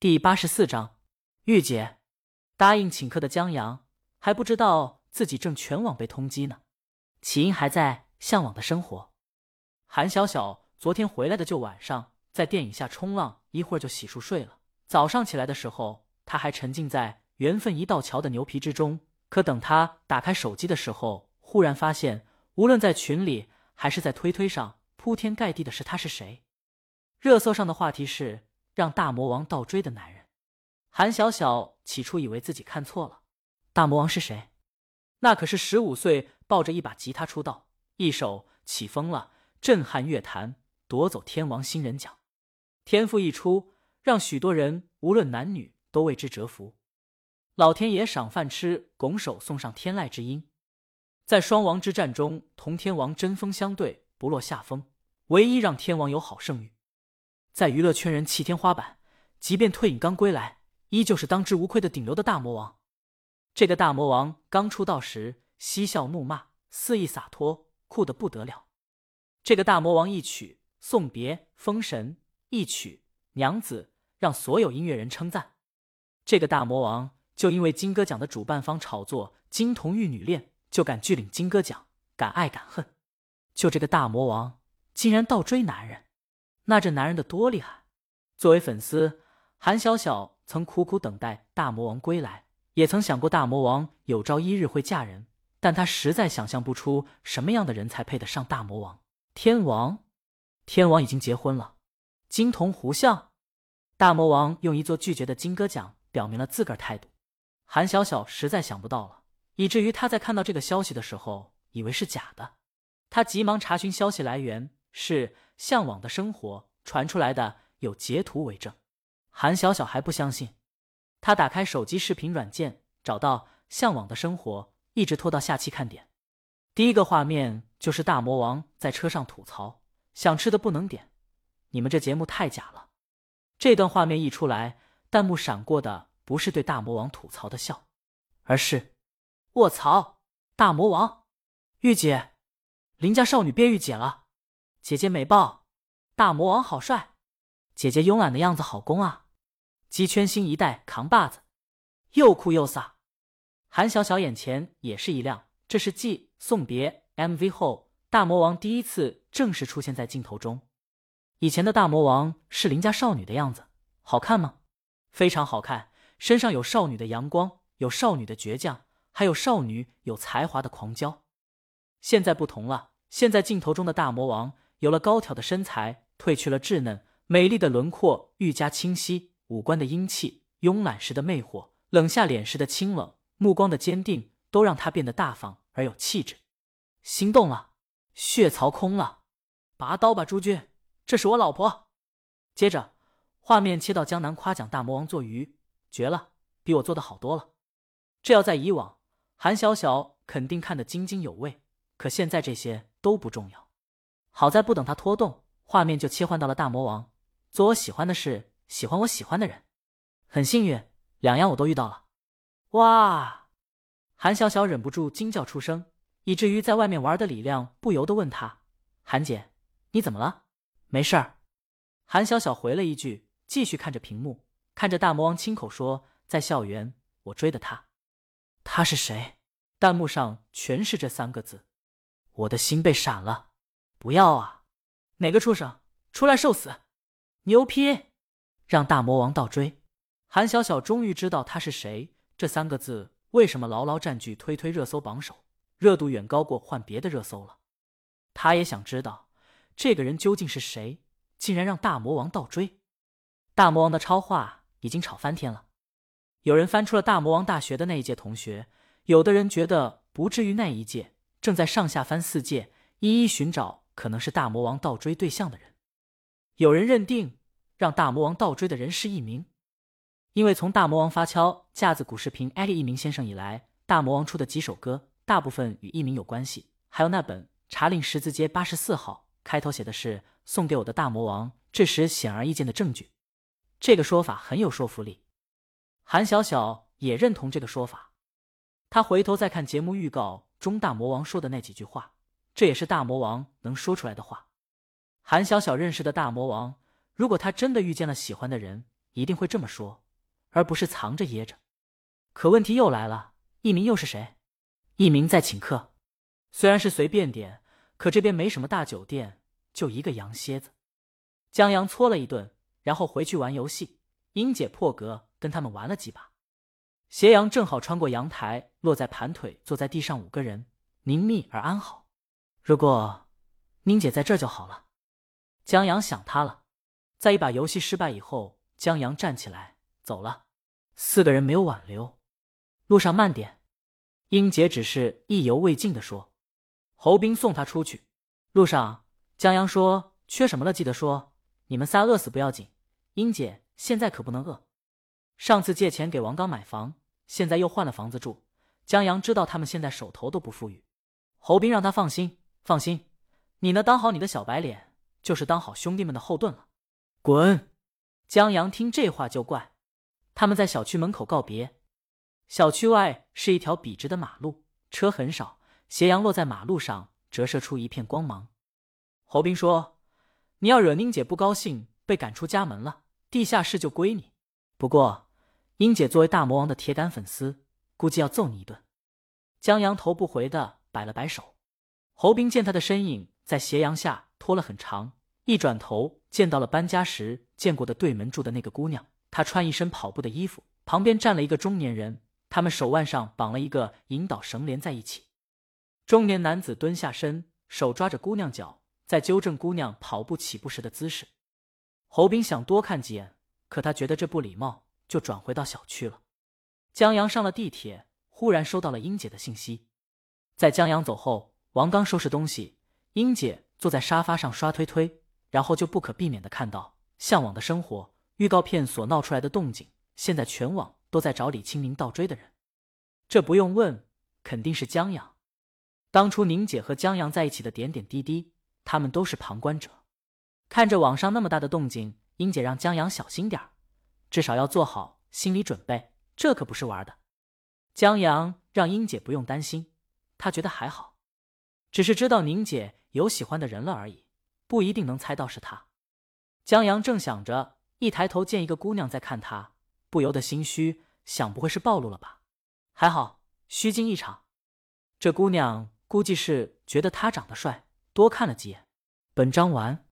第84章，玉姐答应请客的江阳还不知道自己正全网被通缉呢，起因还在向往的生活。韩小小昨天回来的就晚上，在电影下冲浪，一会儿就洗漱睡了。早上起来的时候，他还沉浸在缘分一道桥的牛皮之中。可等他打开手机的时候，忽然发现，无论在群里还是在推推上，铺天盖地的是他是谁。热搜上的话题是让大魔王倒追的男人。韩小小起初以为自己看错了，大魔王是谁？那可是15岁抱着一把吉他出道，一首起风了震撼乐坛，夺走天王新人奖，天赋一出，让许多人无论男女都为之折服。老天爷赏饭吃，拱手送上天籁之音。在双王之战中，同天王针锋相对，不落下风，唯一让天王有好声誉。在娱乐圈人气天花板，即便退隐刚归来，依旧是当之无愧的顶流的大魔王。这个大魔王刚出道时嬉笑怒骂，肆意洒脱，酷得不得了。这个大魔王一曲送别封神，一曲娘子，让所有音乐人称赞。这个大魔王就因为金歌奖的主办方炒作金童玉女恋，就敢拒领金歌奖，敢爱敢恨。就这个大魔王竟然倒追男人，那这男人的多厉害？作为粉丝，韩小小曾苦苦等待大魔王归来，也曾想过大魔王有朝一日会嫁人，但他实在想象不出什么样的人才配得上大魔王。天王已经结婚了，金童胡相。大魔王用一座拒绝的金歌奖表明了自个儿态度。韩小小实在想不到了，以至于他在看到这个消息的时候以为是假的。他急忙查询消息来源，是向往的生活传出来的，有截图为证。韩小小还不相信，他打开手机视频软件，找到向往的生活，一直拖到下期看点。第一个画面就是大魔王在车上吐槽，想吃的不能点，你们这节目太假了。这段画面一出来，弹幕闪过的不是对大魔王吐槽的笑，而是卧槽，大魔王，玉姐，邻家少女变玉姐了，姐姐美爆，大魔王好帅，姐姐慵懒的样子好攻啊，鸡圈新一代扛把子，又酷又飒。韩小小眼前也是一亮，这是继送别 MV 后大魔王第一次正式出现在镜头中。以前的大魔王是邻家少女的样子，好看吗？非常好看，身上有少女的阳光，有少女的倔强，还有少女有才华的狂骄。现在不同了，现在镜头中的大魔王有了高挑的身材，褪去了稚嫩，美丽的轮廓愈加清晰，五官的英气，慵懒时的魅惑，冷下脸时的清冷，目光的坚定，都让他变得大方而有气质。心动了，血槽空了，拔刀吧朱军，这是我老婆。接着画面切到江南夸奖大魔王做鱼，绝了，比我做的好多了。这要在以往，韩小小肯定看得津津有味，可现在这些都不重要。好在不等他拖动，画面就切换到了大魔王做我喜欢的事，喜欢我喜欢的人。很幸运，两样我都遇到了。哇！韩小小忍不住惊叫出声，以至于在外面玩的李亮不由得问他，韩姐，你怎么了？没事儿。韩小小回了一句，继续看着屏幕，看着大魔王亲口说，在校园我追的他。他是谁？弹幕上全是这3个字。我的心被闪了。不要啊！哪个畜生出来受死！牛批！让大魔王倒追。韩小小终于知道他是谁，这3个字为什么牢牢占据推推热搜榜首，热度远高过换别的热搜了。他也想知道这个人究竟是谁，竟然让大魔王倒追。大魔王的超话已经吵翻天了，有人翻出了大魔王大学的那一届同学，有的人觉得不至于那一届，正在上下翻4届，一一寻找可能是大魔王倒追对象的人。有人认定让大魔王倒追的人是一鸣，因为从大魔王发敲架子鼓视频艾利一鸣先生以来，大魔王出的几首歌大部分与一鸣有关系，还有那本查令十字街84号开头写的是送给我的大魔王，这时显而易见的证据。这个说法很有说服力，韩小小也认同这个说法。他回头再看节目预告中大魔王说的那几句话，这也是大魔王能说出来的话。韩小小认识的大魔王，如果他真的遇见了喜欢的人， 一定会这么说，而不是藏着掖着。可问题又来了，一鸣又是谁？一鸣在请客，虽然是随便点，可这边没什么大酒店，就一个羊蝎子。江阳搓了一顿，然后回去玩游戏。英姐破格跟他们玩了几把。斜阳正好穿过阳台，落在盘腿坐在地上5个人，凝密而安好。如果宁姐在这儿就好了。江阳想他了。在一把游戏失败以后，江阳站起来走了。4个人没有挽留。路上慢点。英姐只是意犹未尽地说。侯斌送他出去。路上，江阳说缺什么了记得说，你们仨饿死不要紧，英姐现在可不能饿。上次借钱给王刚买房，现在又换了房子住，江阳知道他们现在手头都不富裕。侯斌让他放心，放心，你呢当好你的小白脸，就是当好兄弟们的后盾了。滚！江阳听这话就怪。他们在小区门口告别。小区外是一条笔直的马路，车很少，斜阳落在马路上，折射出一片光芒。侯斌说，你要惹宁姐不高兴，被赶出家门了，地下室就归你。不过英姐作为大魔王的铁杆粉丝，估计要揍你一顿。江阳头不回的摆了摆手。侯斌见他的身影在斜阳下拖了很长，一转头见到了搬家时见过的对门住的那个姑娘。她穿一身跑步的衣服，旁边站了一个中年人，他们手腕上绑了一个引导绳连在一起。中年男子蹲下身，手抓着姑娘脚，在纠正姑娘跑步起步时的姿势。侯斌想多看几眼，可他觉得这不礼貌，就转回到小区了。江阳上了地铁，忽然收到了英姐的信息。在江阳走后，王刚收拾东西，英姐坐在沙发上刷推推，然后就不可避免地看到《向往的生活》预告片所闹出来的动静，现在全网都在找李清明倒追的人。这不用问，肯定是江阳。当初宁姐和江阳在一起的点点滴滴，他们都是旁观者。看着网上那么大的动静，英姐让江阳小心点儿，至少要做好心理准备，这可不是玩的。江阳让英姐不用担心，她觉得还好，只是知道宁姐有喜欢的人了而已，不一定能猜到是他。江阳正想着，一抬头见一个姑娘在看他，不由得心虚，想不会是暴露了吧？还好，虚惊一场。这姑娘估计是觉得他长得帅，多看了几眼。本章完。